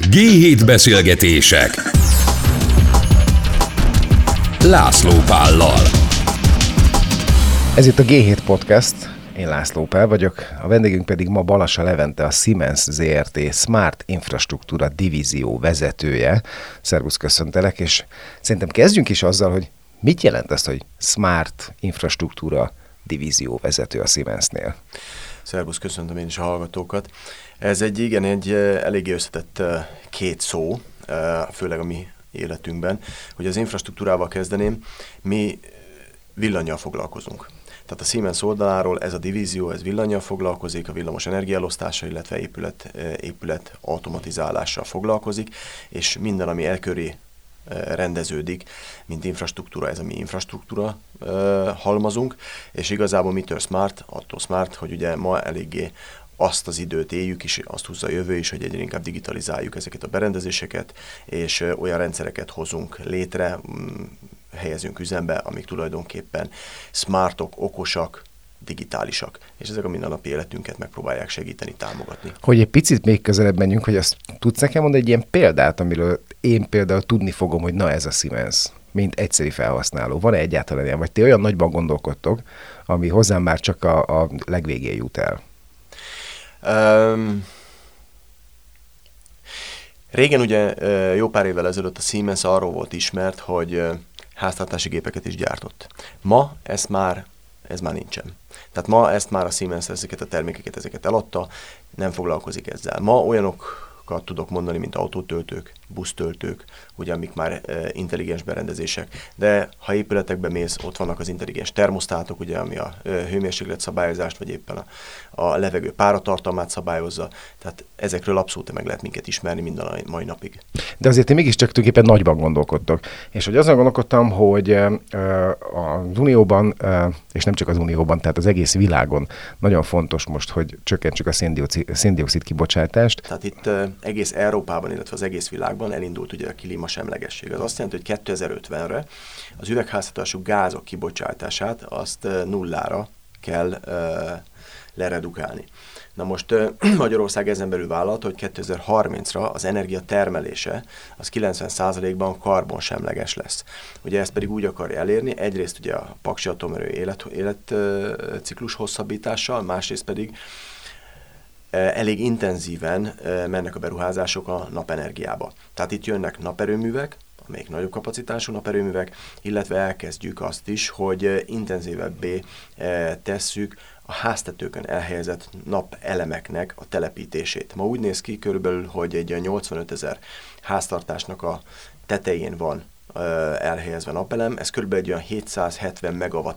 G7 beszélgetések László Pállal. Ez itt a G7 Podcast, én László Pál vagyok, a vendégünk pedig ma Balassa Levente, a Siemens Zrt. Smart Infrastruktúra divízió vezetője. Szervusz, köszöntelek, és szerintem kezdjünk is azzal, hogy mit jelent az, hogy Smart Infrastruktúra divízió vezető a Siemensnél? Szervusz, köszöntöm én is a hallgatókat. Ez egy eléggé összetett két szó, főleg a mi életünkben. Hogy az infrastruktúrával kezdeném, mi villannyal foglalkozunk. Tehát a Siemens oldaláról ez a divízió, ez villannyal foglalkozik, a villamos energiaelosztással, illetve épület automatizálással foglalkozik, és minden, ami elköré rendeződik, mint infrastruktúra, ez a mi infrastruktúra halmazunk, és igazából mitől smart? Attól smart, hogy ugye ma eléggé azt az időt éljük, és azt húzza a jövő is, hogy egyre inkább digitalizáljuk ezeket a berendezéseket, és olyan rendszereket hozunk létre, helyezünk üzembe, amik tulajdonképpen smartok, okosak, digitálisak, és ezek a mindennapi életünket megpróbálják segíteni, támogatni. Hogy egy picit még közelebb menjünk, hogy azt tudsz nekem mondani egy ilyen példát, amiről én például tudni fogom, hogy na ez a Siemens, mint egyszeri felhasználó. Van-e egyáltalán ilyen, vagy ti olyan nagyban gondolkodtok, ami hozzám már csak a legvégén jut el? Régen ugye jó pár évvel ezelőtt a Siemens arról volt ismert, hogy háztartási gépeket is gyártott. Ma ez már nincsen. Tehát ma ezt már a Siemens ezeket a termékeket, ezeket eladta, nem foglalkozik ezzel. Ma olyanokat tudok mondani, mint autótöltők, busztöltők, ugye, amik már intelligens berendezések, de ha épületekbe mész, ott vannak az intelligens termosztátok, ugye, ami a hőmérséklet szabályozást, vagy éppen a levegő páratartalmát szabályozza, tehát ezekről abszolút meg lehet minket ismerni minden a mai napig. De azért én mégiscsak tulajdonképpen nagyban gondolkodtok. És hogy azon gondolkodtam, hogy az Unióban, és nem csak az Unióban, tehát az egész világon nagyon fontos most, hogy csökkentsük a széndioxid kibocsátást. Tehát itt egész Európában, illetve az egész világban elindult ugye a klímasemlegesség. Az azt jelenti, hogy 2050-re az üvegházhatású gázok kibocsátását azt nullára kell leredukálni. Na most Magyarország ezen belül vállalta, hogy 2030-ra az energia termelése az 90%-ban karbonsemleges lesz. Ugye ezt pedig úgy akarja elérni, egyrészt ugye a paksi atomerő életciklus hosszabbítással, másrészt pedig elég intenzíven mennek a beruházások a napenergiába. Tehát itt jönnek naperőművek, amelyik nagyobb kapacitású naperőművek, illetve elkezdjük azt is, hogy intenzívebbé tesszük a háztetőkön elhelyezett napelemeknek a telepítését. Ma úgy néz ki körülbelül, hogy egy 85 000 háztartásnak a tetején van elhelyezve napelem, ez körülbelül egy olyan 770 megawatt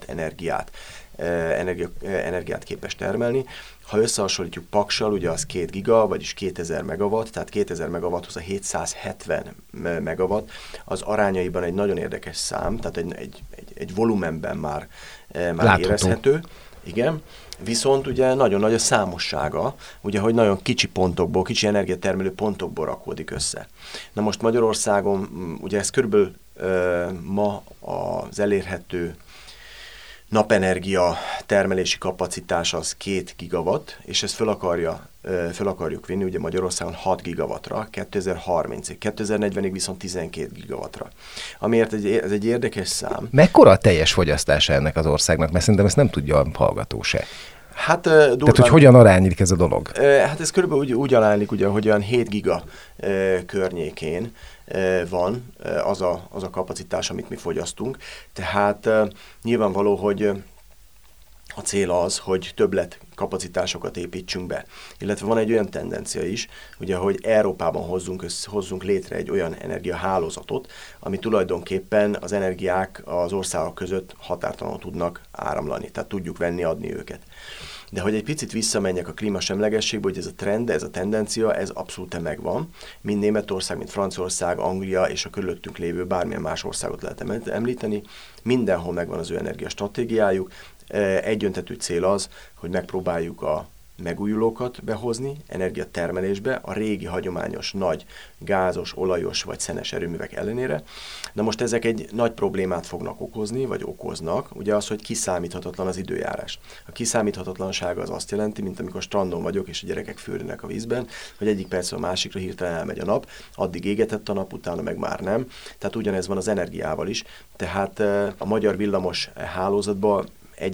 energiát képes termelni. Ha összehasonlítjuk Paksal, ugye az 2 giga, vagyis 2000 megawatt, tehát 2000 megawatthoz a 770 megawatt, az arányaiban egy nagyon érdekes szám, tehát egy volumenben már érezhető. Igen, viszont ugye nagyon nagy a számossága, ugye, hogy nagyon kicsi pontokból, kicsi energiatermelő pontokból rakódik össze. Na most Magyarországon ugye ez körülbelül ma az elérhető napenergia termelési kapacitás az 2 gigawatt, és ezt föl akarjuk vinni ugye Magyarországon 6 gigawattra 2030-ig, 2040-ig viszont 12 gigawattra. Amiért ez egy érdekes szám. Mekkora a teljes fogyasztása ennek az országnak? Mert szerintem ezt nem tudja a hallgató se. Hát, tehát, hogy hogyan aránylik ez a dolog? Hát ez körülbelül úgy aránylik, ugye, hogy olyan 7 giga környékén van az a kapacitás, amit mi fogyasztunk. Tehát nyilvánvaló, hogy a cél az, hogy többlet kapacitásokat építsünk be. Illetve van egy olyan tendencia is, ugye, hogy Európában hozzunk létre egy olyan energiahálózatot, ami tulajdonképpen az energiák az országok között határtalanul tudnak áramlani, tehát tudjuk venni, adni őket. De hogy egy picit visszamenjek a klímasemlegességbe, hogy ez a trend, ez a tendencia, ez abszolút megvan. Mind Németország, mind Franciaország, Anglia és a körülöttünk lévő bármilyen más országot lehet említeni. Mindenhol megvan az ő energiastratégiájuk. Egyöntetű cél az, hogy megpróbáljuk a megújulókat behozni energiatermelésbe a régi hagyományos nagy gázos, olajos vagy szenes erőművek ellenére. Na most ezek egy nagy problémát fognak okozni, vagy okoznak, ugye az, hogy kiszámíthatatlan az időjárás. A kiszámíthatatlansága az azt jelenti, mint amikor strandon vagyok, és a gyerekek fürdőnek a vízben, hogy egyik percről a másikra hirtelen elmegy a nap, addig égetett a nap, utána meg már nem. Tehát ugyanez van az energiával is. Tehát a magyar villamos hálózatban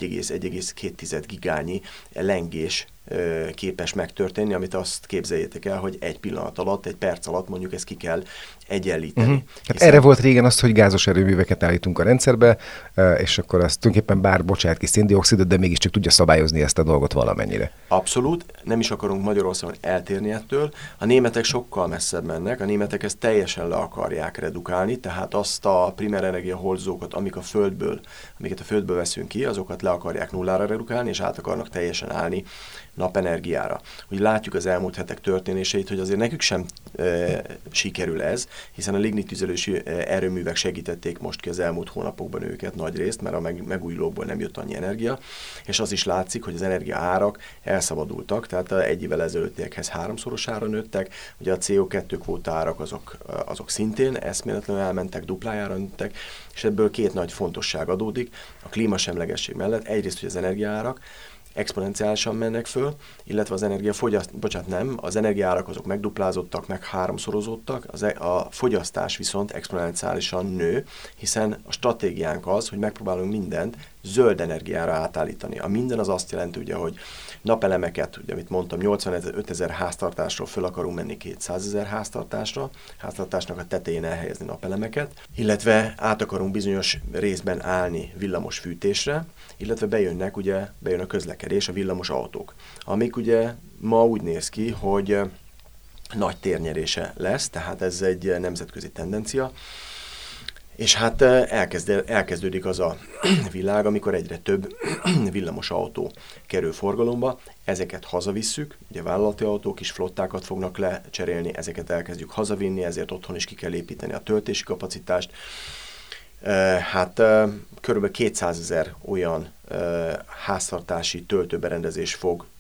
1,2 gigányi lengés képes megtörténni, amit azt képzeljétek el, hogy egy pillanat alatt, egy perc alatt mondjuk ezt ki kell egyenlíteni. Hát erre volt régen az, hogy gázos erőműveket állítunk a rendszerbe, és akkor azt tulajdonképpen bár bocsát ki széndioxidot, de mégiscsak tudja szabályozni ezt a dolgot valamennyire. Abszolút, nem is akarunk Magyarországon eltérni ettől. A németek sokkal messzebb mennek, a németek ezt teljesen le akarják redukálni, tehát azt a primer energiahordozókat, amiket a földből veszünk ki, azokat le akarják nullára redukálni, és át akarnak teljesen állni napenergiára. Úgy látjuk az elmúlt hetek történéseit, hogy azért nekük sem sikerül ez, hiszen a lignitüzelési erőművek segítették most ki az elmúlt hónapokban őket nagy részt, mert a megújulókból nem jött annyi energia, és az is látszik, hogy az energia árak elszabadultak, tehát egy évvel ezelőttiekhez 3-szorosára nőttek, ugye a CO2 kvóta árak azok szintén eszméletlenül elmentek, duplájára nőttek, és ebből két nagy fontosság adódik a klímasemlegesség mellett. Egyrészt, hogy az energiaárak exponenciálisan mennek föl, illetve az energiaárak azok megduplázottak, meg 3-szorozódtak, a fogyasztás viszont exponenciálisan nő, hiszen a stratégiánk az, hogy megpróbálunk mindent zöld energiára átállítani. A minden az azt jelenti, ugye, hogy napelemeket, ugye, amit mondtam, 85 000 háztartásról föl akarunk menni 200 000 háztartásnak a tetején elhelyezni napelemeket, illetve át akarunk bizonyos részben állni villamos fűtésre, illetve bejön a közlekedés, a villamos autók, amik ugye ma úgy néz ki, hogy nagy térnyerése lesz, tehát ez egy nemzetközi tendencia, és hát elkezdődik az a világ, amikor egyre több villamos autó kerül forgalomba, ezeket hazavisszük, ugye vállalati autók is flottákat fognak lecserélni, ezeket elkezdjük hazavinni, ezért otthon is ki kell építeni a töltési kapacitást. Körülbelül 200 000 olyan háztartási töltőberendezés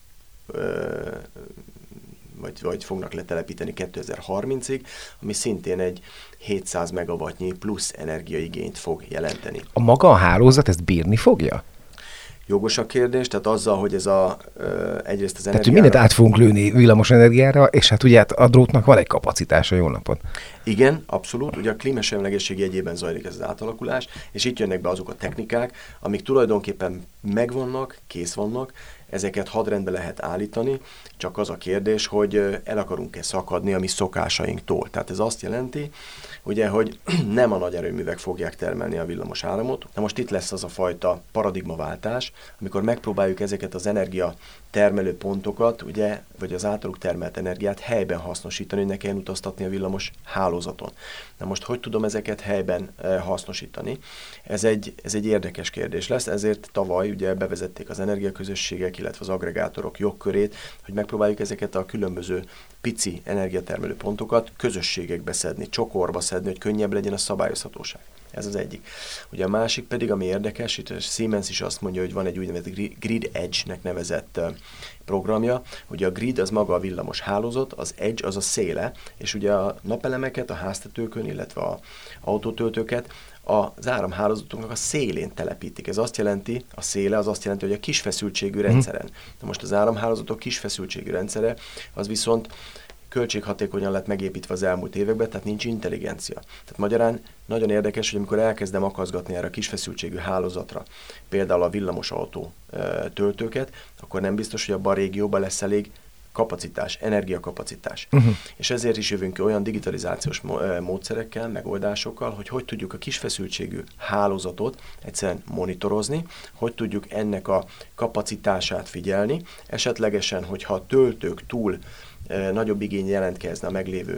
vagy fognak letelepíteni 2030-ig, ami szintén egy 700 megawattnyi plusz energiaigényt fog jelenteni. A maga a hálózat ezt bírni fogja? Jogos a kérdés, tehát azzal, hogy ez egyrészt az energiára... Tehát, hogy mindent át fogunk lőni villamos energiára, és hát ugye a drótnak van egy kapacitása, jó napot. Igen, abszolút. Ugye a klímasemlegesség jegyében zajlik ez az átalakulás, és itt jönnek be azok a technikák, amik tulajdonképpen megvannak, kész vannak, ezeket hadrendbe lehet állítani, csak az a kérdés, hogy el akarunk-e szakadni a mi szokásainktól. Tehát ez azt jelenti, ugye, hogy nem a nagy erőművek fogják termelni a villamos áramot. Na most itt lesz az a fajta paradigmaváltás, amikor megpróbáljuk ezeket az energia termelő pontokat, ugye, vagy az általuk termelt energiát helyben hasznosítani, hogy ne kelljen utaztatni a villamos hálózaton. Na most hogy tudom ezeket helyben hasznosítani? Ez egy érdekes kérdés lesz, ezért tavaly ugye bevezették az energiaközösségek, illetve az agregátorok jogkörét, hogy megpróbáljuk ezeket a különböző pici energiatermelő pontokat közösségekbe szedni, csokorba szedni, hogy könnyebb legyen a szabályozhatóság. Ez az egyik. Ugye a másik pedig, ami érdekes, itt a Siemens is azt mondja, hogy van egy úgynevezett Grid Edge-nek nevezett programja. Ugye a grid az maga a villamos hálózat, az edge az a széle, és ugye a napelemeket a háztetőkön, illetve az autótöltőket az áramhálózatunknak a szélén telepítik. Ez azt jelenti, a széle az azt jelenti, hogy a kisfeszültségű rendszeren. Na most az áramhálózatok kisfeszültségű rendszere, az viszont költséghatékonyan lett megépítve az elmúlt években, tehát nincs intelligencia. Tehát magyarán nagyon érdekes, hogy amikor elkezdem akaszgatni erre a kisfeszültségű hálózatra, például a villamosautó töltőket, akkor nem biztos, hogy abban a régióban lesz elég kapacitás, energiakapacitás. És ezért is jövünk ki olyan digitalizációs módszerekkel, megoldásokkal, hogy tudjuk a kisfeszültségű hálózatot egyszerűen monitorozni, hogy tudjuk ennek a kapacitását figyelni, esetlegesen, hogyha a töltők túl nagyobb igény jelentkezne a meglévő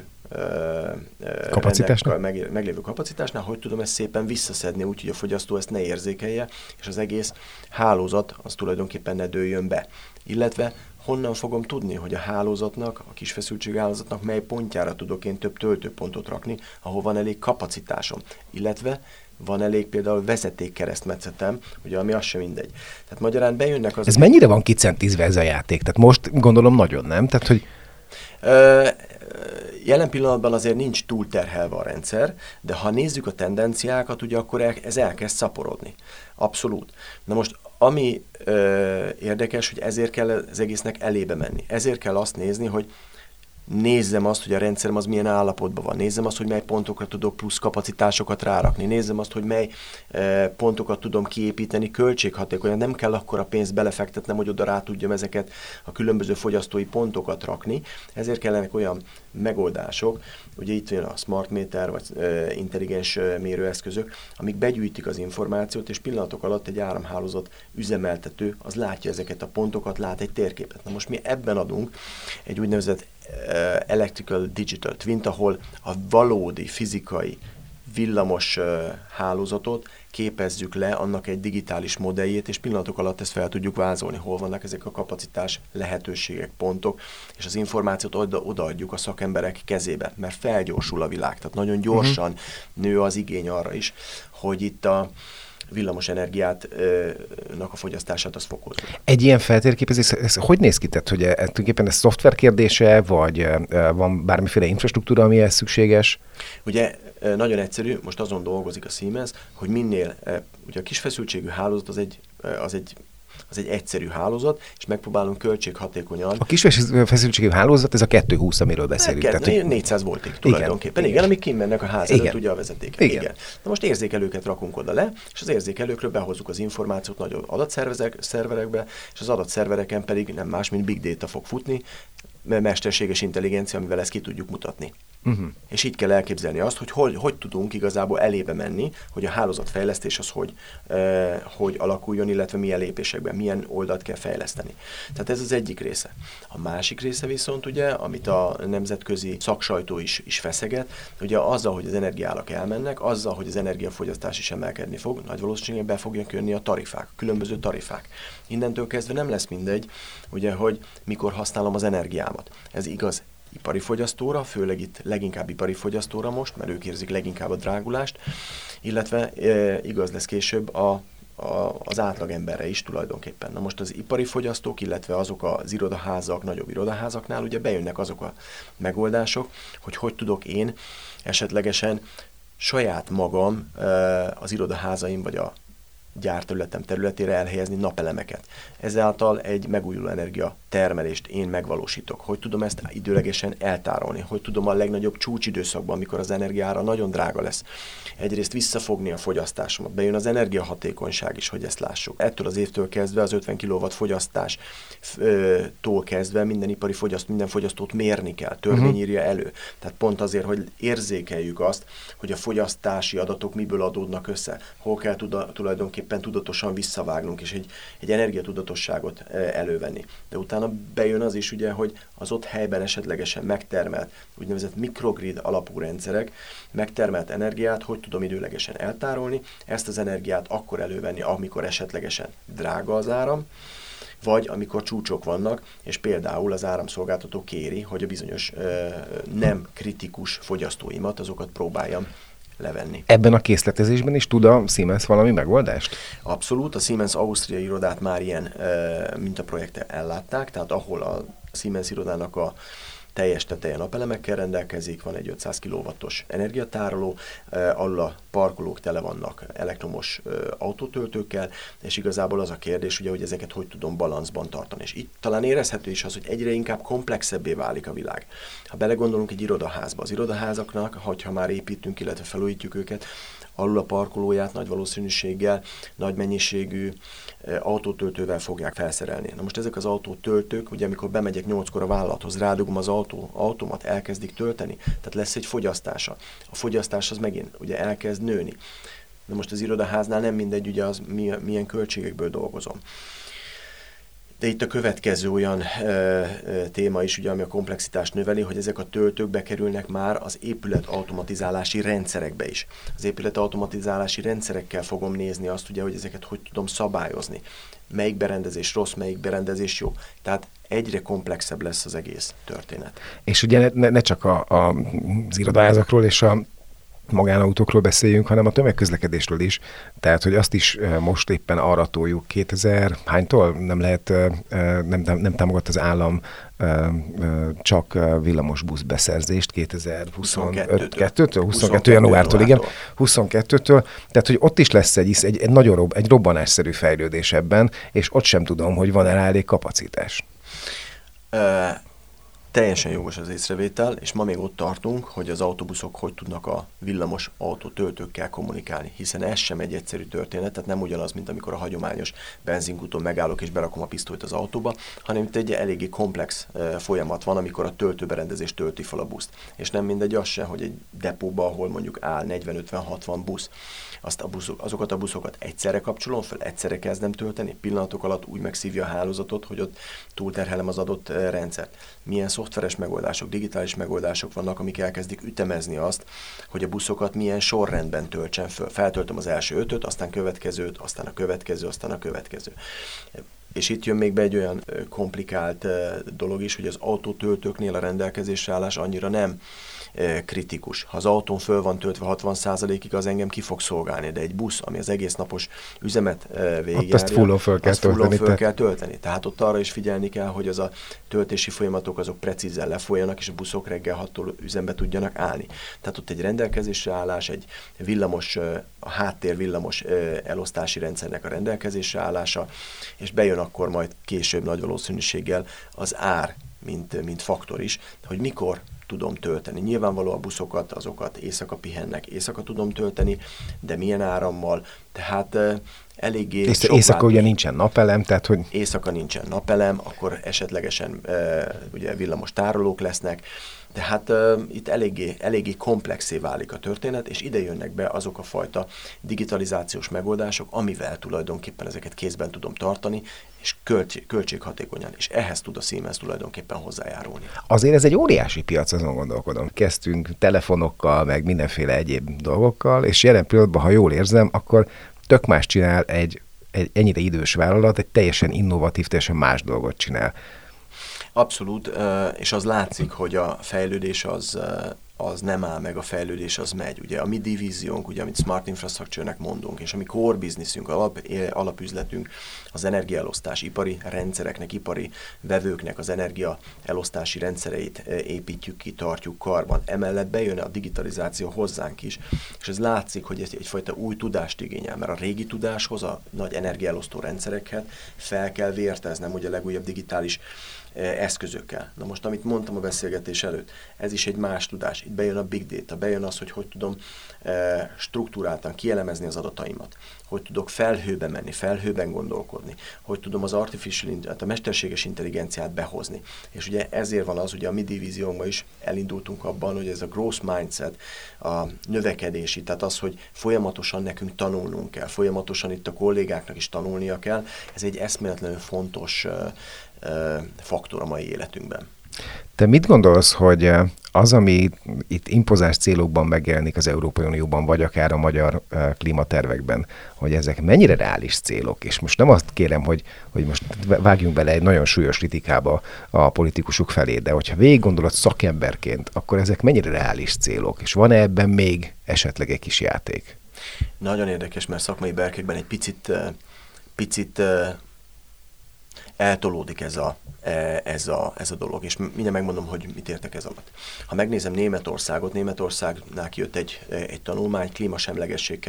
kapacitásnál, hogy tudom ezt szépen visszaszedni, úgyhogy a fogyasztó ezt ne érzékelje, és az egész hálózat az tulajdonképpen ne dőljön be. Illetve honnan fogom tudni, hogy a hálózatnak, a kisfeszültségű hálózatnak mely pontjára tudok én több töltőpontot rakni, ahol van elég kapacitásom. Illetve van elég például vezetékkeresztmetszetem, ugye, ami az sem mindegy. Tehát magyarán bejönnek az... Ez mennyire van kicentizve ez a játék? Tehát most gondolom nagyon, nem? Tehát, hogy... Jelen pillanatban azért nincs túlterhelve a rendszer, de ha nézzük a tendenciákat, ugye akkor ez elkezd szaporodni. Abszolút. Na most, ami érdekes, hogy ezért kell az egésznek elébe menni. Ezért kell azt nézni, hogy nézzem azt, hogy a rendszerem az milyen állapotban van. Nézzem azt, hogy mely pontokra tudok plusz kapacitásokat rárakni. Nézzem azt, hogy mely pontokat tudom kiépíteni költséghatékonyan. Nem kell akkor a pénzt belefektetnem, hogy oda rá tudjam ezeket a különböző fogyasztói pontokat rakni. Ezért kellenek olyan megoldások, ugye itt van a smart meter, vagy intelligens mérőeszközök, amik begyűjtik az információt, és pillanatok alatt egy áramhálózat üzemeltető, az látja ezeket a pontokat, lát egy térképet. Na most mi ebben adunk egy úgynevezett Electrical Digital Twin, ahol a valódi fizikai villamos hálózatot képezzük le, annak egy digitális modelljét, és pillanatok alatt ezt fel tudjuk vázolni, hol vannak ezek a kapacitás, lehetőségek, pontok, és az információt odaadjuk a szakemberek kezébe, mert felgyorsul a világ, tehát nagyon gyorsan nő az igény arra is, hogy itt a villamos energiátnak a fogyasztását az fokozza. Egy ilyen feltérképezés, ez hogy néz ki? Tehát, hogy tulajdonképpen ez szoftver kérdése, vagy van bármiféle infrastruktúra, ami ez szükséges? Ugye nagyon egyszerű, most azon dolgozik a Siemens, hogy minél, ugye a kis feszültségű hálózat az egy egyszerű hálózat, és megpróbálunk költséghatékonyan. A kis feszültségű hálózat, ez a 220, amiről beszélünk. Tehát 400 voltig tulajdonképpen. Igen, amik kimennek a ház előtt, ugye a vezeték. Igen. Na most érzékelőket rakunk oda le, és az érzékelőkről behozzuk az információt nagy adatszerverekbe, és az adatszervereken pedig nem más, mint big data fog futni, mesterséges intelligencia, amivel ezt ki tudjuk mutatni. És így kell elképzelni azt, hogy tudunk igazából elébe menni, hogy a hálózatfejlesztés az hogy alakuljon, illetve milyen lépésekben, milyen oldalt kell fejleszteni. Tehát ez az egyik része. A másik része viszont ugye, amit a nemzetközi szaksajtó is feszeget, ugye azzal, hogy az energiárak elmennek, azzal, hogy az energiafogyasztás is emelkedni fog, nagy valószínűleg be fognak jönni a tarifák, különböző tarifák. Innentől kezdve nem lesz mindegy, ugye, hogy mikor használom az energiámat. Ez igaz ipari fogyasztóra, főleg itt leginkább ipari fogyasztóra most, mert ők érzik leginkább a drágulást, illetve igaz lesz később az átlagemberre is tulajdonképpen. Na most az ipari fogyasztók, illetve azok az irodaházak, nagyobb irodaházaknál ugye bejönnek azok a megoldások, hogy tudok én esetlegesen saját magam az irodaházaim vagy a gyárterületem területére elhelyezni napelemeket. Ezáltal egy megújuló energia termelést én megvalósítok. Hogy tudom ezt időlegesen eltárolni? Hogy tudom a legnagyobb csúcsidőszakban, amikor az energiára nagyon drága lesz, egyrészt visszafogni a fogyasztásomat. Bejön az energiahatékonyság is, hogy ezt lássuk. Ettől az évtől kezdve az 50 kW fogyasztástól kezdve minden fogyasztót mérni kell. Törvény írja elő. Tehát pont azért, hogy érzékeljük azt, hogy a fogyasztási adatok miből adódnak össze. Hol kell tulajdonképpen tudatosan visszavágnunk, és egy energiatudatosságot elővenni. De utána bejön az is, ugye, hogy az ott helyben esetlegesen megtermelt, úgynevezett mikrogrid alapú rendszerek, megtermelt energiát, hogy tudom időlegesen eltárolni, ezt az energiát akkor elővenni, amikor esetlegesen drága az áram, vagy amikor csúcsok vannak, és például az áramszolgáltató kéri, hogy a bizonyos nem kritikus fogyasztóimat, azokat próbáljam levenni. Ebben a készletezésben is tud a Siemens valami megoldást? Abszolút, a Siemens Ausztria irodát már ilyen mintaprojekttel ellátták, tehát ahol a Siemens irodának a teljes teteje napelemekkel rendelkezik, van egy 500 kW-os energiatároló, alul a parkolók tele vannak elektromos autótöltőkkel, és igazából az a kérdés, ugye, hogy ezeket hogy tudom balanszban tartani. És itt talán érezhető is az, hogy egyre inkább komplexebbé válik a világ. Ha belegondolunk egy irodaházba, az irodaházaknak, ha már építünk, illetve felújítjuk őket, alul a parkolóját nagy valószínűséggel, nagy mennyiségű autótöltővel fogják felszerelni. Na most ezek az autótöltők, ugye amikor bemegyek 8-kor a vállalathoz, rádugom az autómat, elkezdik tölteni, tehát lesz egy fogyasztása. A fogyasztás az megint ugye elkezd nőni. Na most az irodaháznál nem mindegy, ugye az milyen költségekből dolgozom. De itt a következő olyan téma is, ugye, ami a komplexitást növeli, hogy ezek a töltők bekerülnek már az épületautomatizálási rendszerekbe is. Az épületautomatizálási rendszerekkel fogom nézni azt, ugye, hogy ezeket hogy tudom szabályozni. Melyik berendezés rossz, melyik berendezés jó. Tehát egyre komplexebb lesz az egész történet. És ugye ne csak az irodaházakról és a magánautókról beszéljünk, hanem a tömegközlekedésről is. Tehát, hogy azt is most éppen arra toljuk 2000, hánytól nem lehet, nem támogat az állam csak villamos busz beszerzést 2022 januártól, igen, 22-től. Tehát, hogy ott is lesz egy nagyon egy robbanásszerű fejlődés ebben, és ott sem tudom, hogy van elég kapacitás. Teljesen jogos az észrevétel, és ma még ott tartunk, hogy az autóbuszok hogy tudnak a villamos autótöltőkkel kommunikálni, hiszen ez sem egy egyszerű történet, tehát nem ugyanaz, mint amikor a hagyományos benzinkúton megállok és berakom a pisztolyt az autóba, hanem itt egy eléggé komplex folyamat van, amikor a töltőberendezés tölti fel a buszt. És nem mindegy az se, hogy egy depóba, ahol mondjuk áll 40-50-60 busz, azokat a buszokat egyszerre kapcsolom fel, egyszerre kezdem tölteni, pillanatok alatt úgy megszívja a hálózatot, hogy ott túlterhelem az adott rendszert. Milyen szoftveres megoldások, digitális megoldások vannak, amik elkezdik ütemezni azt, hogy a buszokat milyen sorrendben töltsen föl. Feltöltöm az első 5-öt, aztán következőt, aztán a következő, aztán a következő. És itt jön még be egy olyan komplikált dolog is, hogy az autótöltőknél a rendelkezésre állás annyira nem kritikus. Ha az autón föl van töltve 60%-ig, az engem ki fog szolgálni, de egy busz, ami az egész napos üzemet végigjárja, azt fullon föl kell tölteni. Tehát ott arra is figyelni kell, hogy az a töltési folyamatok azok precízen lefolyjanak, és a buszok reggel 6-tól üzembe tudjanak állni. Tehát ott egy rendelkezésre állás, egy villamos, a háttér villamos elosztási rendszernek a rendelkezésre állása, és bejön akkor majd később nagy valószínűséggel az ár, mint faktor is, hogy mikor tudom tölteni. Nyilvánvaló a buszokat, azokat éjszaka pihennek, éjszaka tudom tölteni, de milyen árammal, tehát eléggé... Éjszaka ugye nincsen napelem, tehát hogy... Éjszaka nincsen napelem, akkor esetlegesen ugye villamos tárolók lesznek, tehát itt eléggé komplexé válik a történet, és ide jönnek be azok a fajta digitalizációs megoldások, amivel tulajdonképpen ezeket kézben tudom tartani, és költséghatékonyan, és ehhez tud a Siemens tulajdonképpen hozzájárulni. Azért ez egy óriási piac, azon gondolkodom. Kezdtünk telefonokkal, meg mindenféle egyéb dolgokkal, és jelen pillanatban, ha jól érzem, akkor tök más csinál egy ennyire idős vállalat, egy teljesen innovatív, teljesen más dolgot csinál. Abszolút, és az látszik, hogy a fejlődés az nem áll meg, a fejlődés az megy. Ugye a mi divíziónk, ugye, amit Smart Infrastructure-nek mondunk, és a mi core businessünk, alapüzletünk, az energiaelosztás, ipari rendszereknek, ipari vevőknek az energiaelosztási rendszereit építjük ki, tartjuk karban. Emellett bejön a digitalizáció hozzánk is, és ez látszik, hogy ez egyfajta új tudást igényel, mert a régi tudáshoz, a nagy energiaelosztó rendszerekhez fel kell vérteznem, hogy a legújabb digitális eszközökkel. Na most, amit mondtam a beszélgetés előtt, ez is egy más tudás. Itt bejön a big data, bejön az, hogy tudom struktúráltan kielemezni az adataimat, hogy tudok felhőbe menni, felhőben gondolkodni, hogy tudom a mesterséges intelligenciát behozni. És ugye ezért van az, ugye a mi divíziónkban is elindultunk abban, hogy ez a growth mindset, a növekedési, tehát az, hogy folyamatosan nekünk tanulnunk kell, folyamatosan itt a kollégáknak is tanulnia kell, ez egy eszméletlenül fontos faktor a mai életünkben. Te mit gondolsz, hogy az, ami itt impozás célokban megjelenik az Európai Unióban, vagy akár a magyar klímatervekben, hogy ezek mennyire reális célok? És most nem azt kérem, hogy most vágjunk bele egy nagyon súlyos kritikába a politikusok felé, de hogyha végig gondolod szakemberként, akkor ezek mennyire reális célok? És van-e ebben még esetleg egy kis játék? Nagyon érdekes, mert szakmai berkekben egy picit eltolódik ez a dolog, és mindjárt megmondom, hogy mit értek ez alatt. Ha megnézem Németországnál kijött egy tanulmány, klímasemlegesség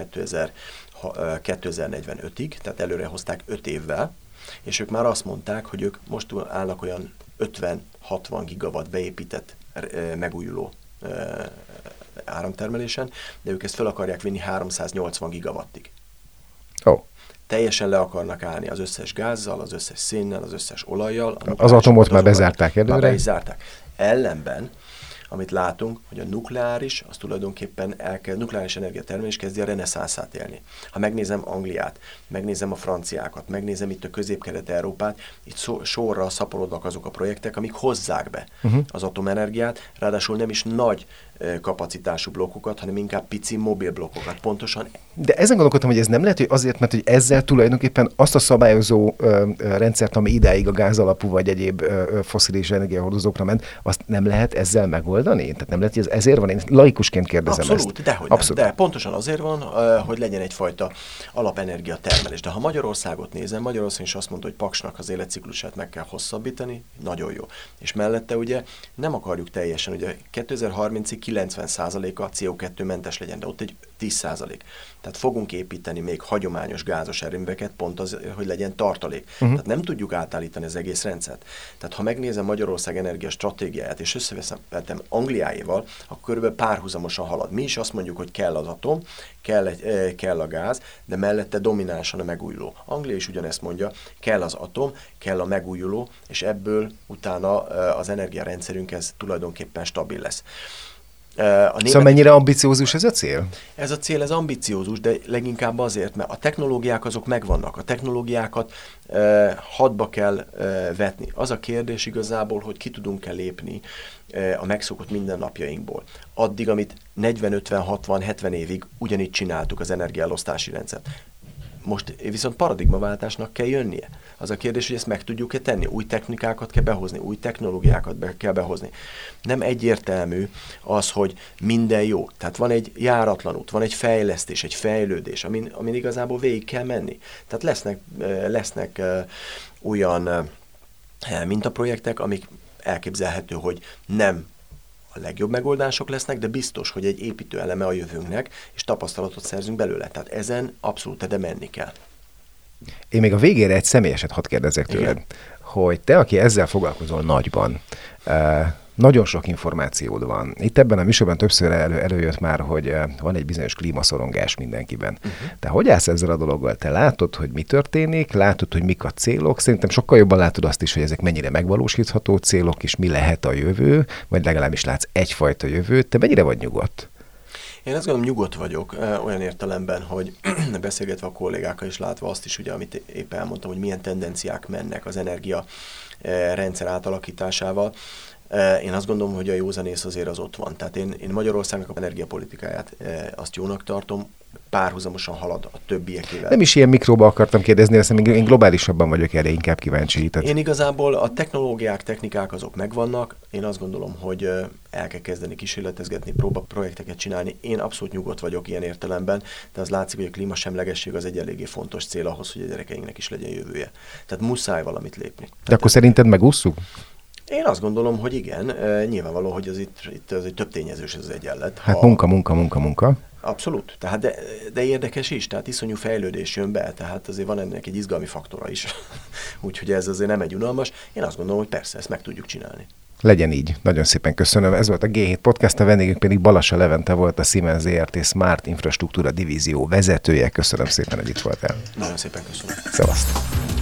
2045-ig, tehát előre hozták 5 évvel, és ők már azt mondták, hogy ők most állnak olyan 50-60 gigawatt beépített megújuló áramtermelésen, de ők ezt fel akarják vinni 380 gigawattig. Teljesen le akarnak állni az összes gázzal, az összes szénnel, az összes olajjal. Az atomot már bezárták előre? Már be is zárták. Ellenben, amit látunk, hogy a nukleáris, az tulajdonképpen nukleáris energiatermelés kezdi a reneszánszát élni. Ha megnézem Angliát, megnézem a franciákat, megnézem itt a Közép-Kelet-Európát, itt sorra szaporodnak azok a projektek, amik hozzák be az atomenergiát, ráadásul nem is nagy kapacitású blokkokat, hanem inkább pici mobil blokkokat. Pontosan. De ezen gondolkodtam, hogy ez nem lehet, hogy azért, mert hogy ezzel tulajdonképpen azt a szabályozó rendszert, ami idáig a gáz alapú vagy egyéb fosszilis energiahordozókra ment, azt nem lehet ezzel megoldani? megoldani? Tehát nem lehet, hogy ez ezért van? Én laikusként kérdezem Abszolút, ezt. dehogy Abszolút. nem. De pontosan azért van, hogy legyen egyfajta alapenergia termelés. De ha Magyarországot nézem, Magyarország is azt mondta, hogy Paksnak az életciklusát meg kell hosszabbítani, nagyon jó. És mellette ugye nem akarjuk teljesen, ugye 2030-ig 90%-a CO2-mentes legyen, de ott egy 10%. Tehát fogunk építeni még hagyományos gázos erőműveket, pont az, hogy legyen tartalék. Tehát nem tudjuk átállítani az egész rendszert. Tehát ha megnézem Magyarország energia stratégiáját, és összeveszem Angliáéval, akkor körülbelül párhuzamosan halad. Mi is azt mondjuk, hogy kell az atom, kell a gáz, de mellette dominánsan a megújuló. Anglia is ugyanezt mondja, kell az atom, kell a megújuló, és ebből utána az energiarendszerünk ez tulajdonképpen stabil lesz. Szóval mennyire ambiciózus ez a cél? Ez a cél, ez ambiciózus, de leginkább azért, mert a technológiák azok megvannak. A technológiákat hadba kell vetni. Az a kérdés igazából, hogy ki tudunk-e lépni a megszokott mindennapjainkból. Addig, amit 40, 50, 60, 70 évig ugyanígy csináltuk az energiaelosztási rendszert. Most viszont paradigmaváltásnak kell jönnie. Az a kérdés, hogy ezt meg tudjuk-e tenni. Új technikákat kell behozni, új technológiákat kell behozni. Nem egyértelmű az, hogy minden jó. Tehát van egy járatlan út, van egy fejlesztés, egy fejlődés, amin igazából végig kell menni. Tehát lesznek olyan mintaprojektek, amik elképzelhető, hogy nem a legjobb megoldások lesznek, de biztos, hogy egy építő eleme a jövőnknek, és tapasztalatot szerzünk belőle. Tehát ezen abszolút de menni kell. Én még a végére egy személyeset hadd kérdezek tőled, Igen. hogy te, aki ezzel foglalkozol nagyban, nagyon sok információd van. Itt ebben a műsorban többször előjött már, hogy van egy bizonyos klímaszorongás mindenkiben. Te hogy állsz ezzel a dologgal? Te látod, hogy mi történik? Látod, hogy mik a célok? Szerintem sokkal jobban látod azt is, hogy ezek mennyire megvalósítható célok, és mi lehet a jövő, vagy legalábbis látsz egyfajta jövőt. Te mennyire vagy nyugodt? Én azt gondolom, nyugodt vagyok olyan értelemben, hogy beszélgetve a kollégákkal és látva azt is, ugye, amit éppen elmondtam, hogy milyen tendenciák mennek az energia rendszer átalakításával. Én azt gondolom, hogy a józanész azért az ott van. Tehát én Magyarországnak a energiapolitikáját azt jónak tartom, párhuzamosan halad a többiekével. Nem is ilyen mikróba akartam kérdezni, azt én globálisabban vagyok erre inkább kíváncsi. Tehát... Én igazából a technológiák, technikák azok megvannak. Én azt gondolom, hogy el kell kezdeni kísérletezgetni, próbaprojekteket csinálni. Én abszolút nyugodt vagyok ilyen értelemben, de az látszik, hogy a klímasemlegesség az egy eléggé fontos cél ahhoz, hogy a gyerekeinknek is legyen jövője. Tehát muszáj valamit lépni. De akkor szerinted megússzuk? Én azt gondolom, hogy igen. Nyilvánvaló, hogy az itt az egy több tényezős ez az egyenlet. Hát munka. Abszolút. Tehát de érdekes is, tehát iszonyú fejlődés jön be, tehát azért van ennek egy izgalmi faktora is. Úgyhogy ez azért nem egy unalmas. Én azt gondolom, hogy persze, ezt meg tudjuk csinálni. Legyen így. Nagyon szépen köszönöm. Ez volt a G7 Podcast, a vendégünk pedig Balassa Levente volt, a Siemens ZRT Smart Infrastruktúra Divízió vezetője. Köszönöm szépen, hogy itt voltál. Nagyon szépen köszönöm. Szevasztok.